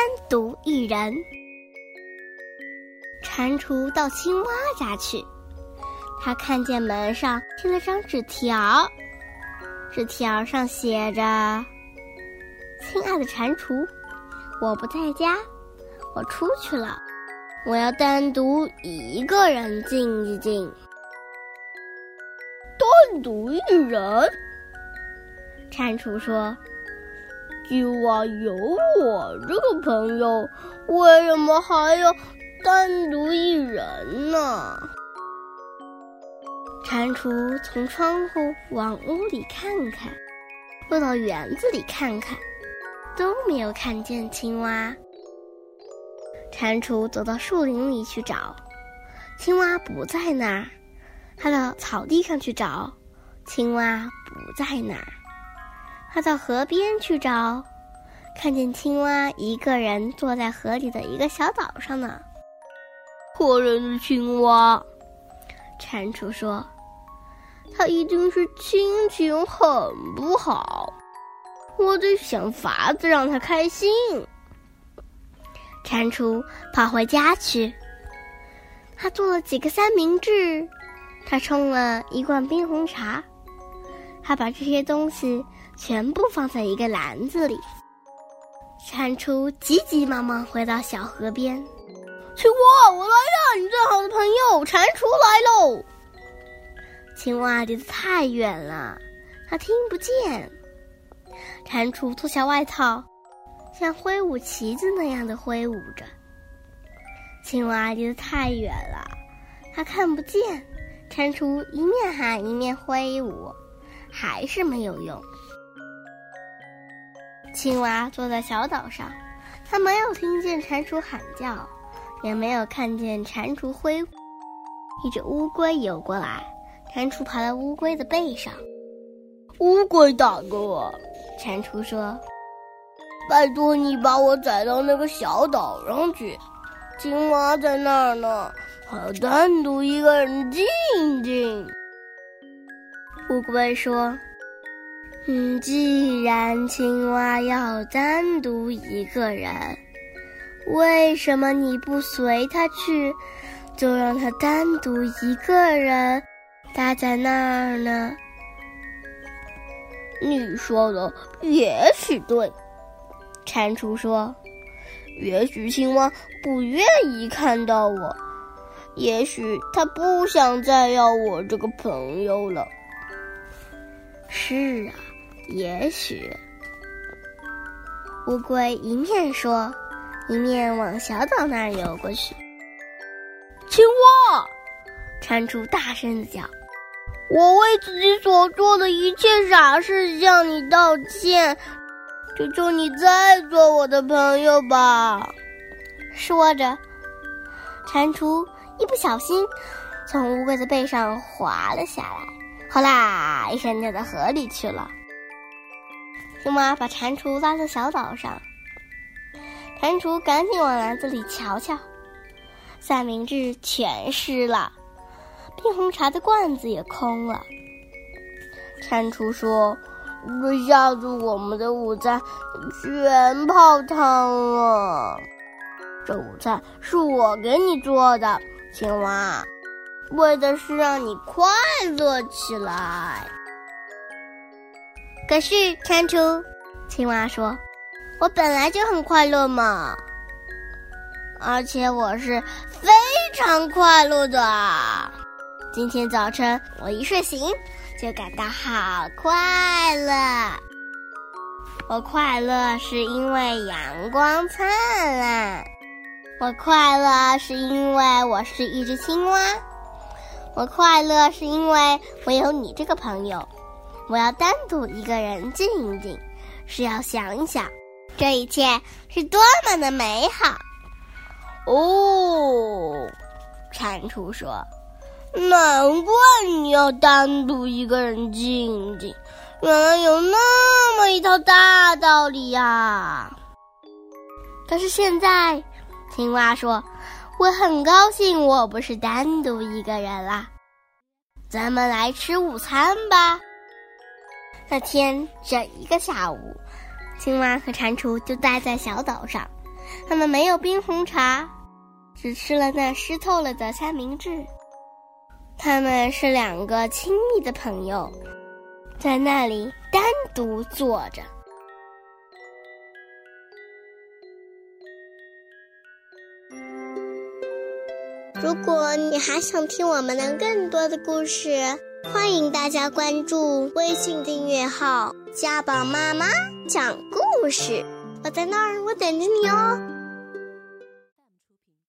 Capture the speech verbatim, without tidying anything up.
独一人。蟾蜍到青蛙家去，他看见门上贴了张纸条，纸条上写着：亲爱的蟾蜍，我不在家，我出去了，我要单独一个人静一静。 单独一人？ 蟾蜍说： 今晚有我这个朋友，为什么还要单独一人呢？ 蟾蜍从窗户往屋里看看，又到园子里看看，都没有看见青蛙。蟾蜍走到树林里去找，青蛙不在那儿。他到草地上去找，青蛙不在那儿。他到河边去找，看见青蛙一个人坐在河里的一个小岛上呢。 可怜的青蛙， 蟾蜍说， 他一定是心情很不好，我得想法子让他开心。 蟾蜍跑回家去，他做了几个三明治，他冲了一罐冰红茶，他把这些东西全部放在一个篮子里。蟾蜍急急忙忙回到小河边， 青蛙，我来了，你最好的朋友蟾蜍来喽。 青蛙离得太远了，他听不见。蟾蜍脱下外套，像挥舞旗子那样的挥舞着。青蛙离得太远了，他看不见。蟾蜍一面喊一面挥舞，还是没有用。青蛙坐在小岛上，他没有听见蟾蜍喊叫，也没有看见蟾蜍挥舞。一只乌龟游过来，蟾蜍爬到乌龟的背上。 乌龟大哥， 蟾蜍说， 拜托你把我载到那个小岛上去，青蛙在那儿呢，还要单独一个人静静。 乌龟说，嗯，既然青蛙要单独一个人，为什么你不随他去，就让他单独一个人待在那儿呢？ 你说的也许对， 蟾蜍说， 也许青蛙不愿意看到我，也许他不想再要我这个朋友了。 是啊，也许。乌龟一面说，一面往小岛那儿游过去。 青蛙， 蟾蜍大声地叫， 我为自己所做的一切傻事向你道歉，求求你再做我的朋友吧。 说着，蟾蜍一不小心从乌龟的背上滑了下来，哗啦一声掉到河里去了。青蛙把蟾蜍拉到小岛上，蟾蜍赶紧往篮子里瞧瞧，三明治全湿了，冰红茶的罐子也空了。 蟾蜍说，这下子我们的午餐全泡汤了。这午餐是我给你做的，青蛙，为的是让你快乐起来。 可是蟾蜍，青蛙说，我本来就很快乐嘛，而且我是非常快乐的。今天早晨我一睡醒就感到好快乐。我快乐是因为阳光灿烂，我快乐是因为我是一只青蛙，我快乐是因为我有你这个朋友。我要单独一个人静一静，是要想一想这一切是多么的美好。 哦， 蟾蜍说， 难怪你要单独一个人静静，原来有那么一套大道理呀、啊！ 可是现在，青蛙说，我很高兴我不是单独一个人啦。咱们来吃午餐吧。那天整一个下午，青蛙和蟾蜍就待在小岛上， 他们没有冰红茶，只吃了那湿透了的三明治。他们是两个亲密的朋友，在那里单独坐着。 如果你还想听我们的更多的故事，欢迎大家关注微信订阅号家宝妈妈讲故事，我在那儿，我等着你哦。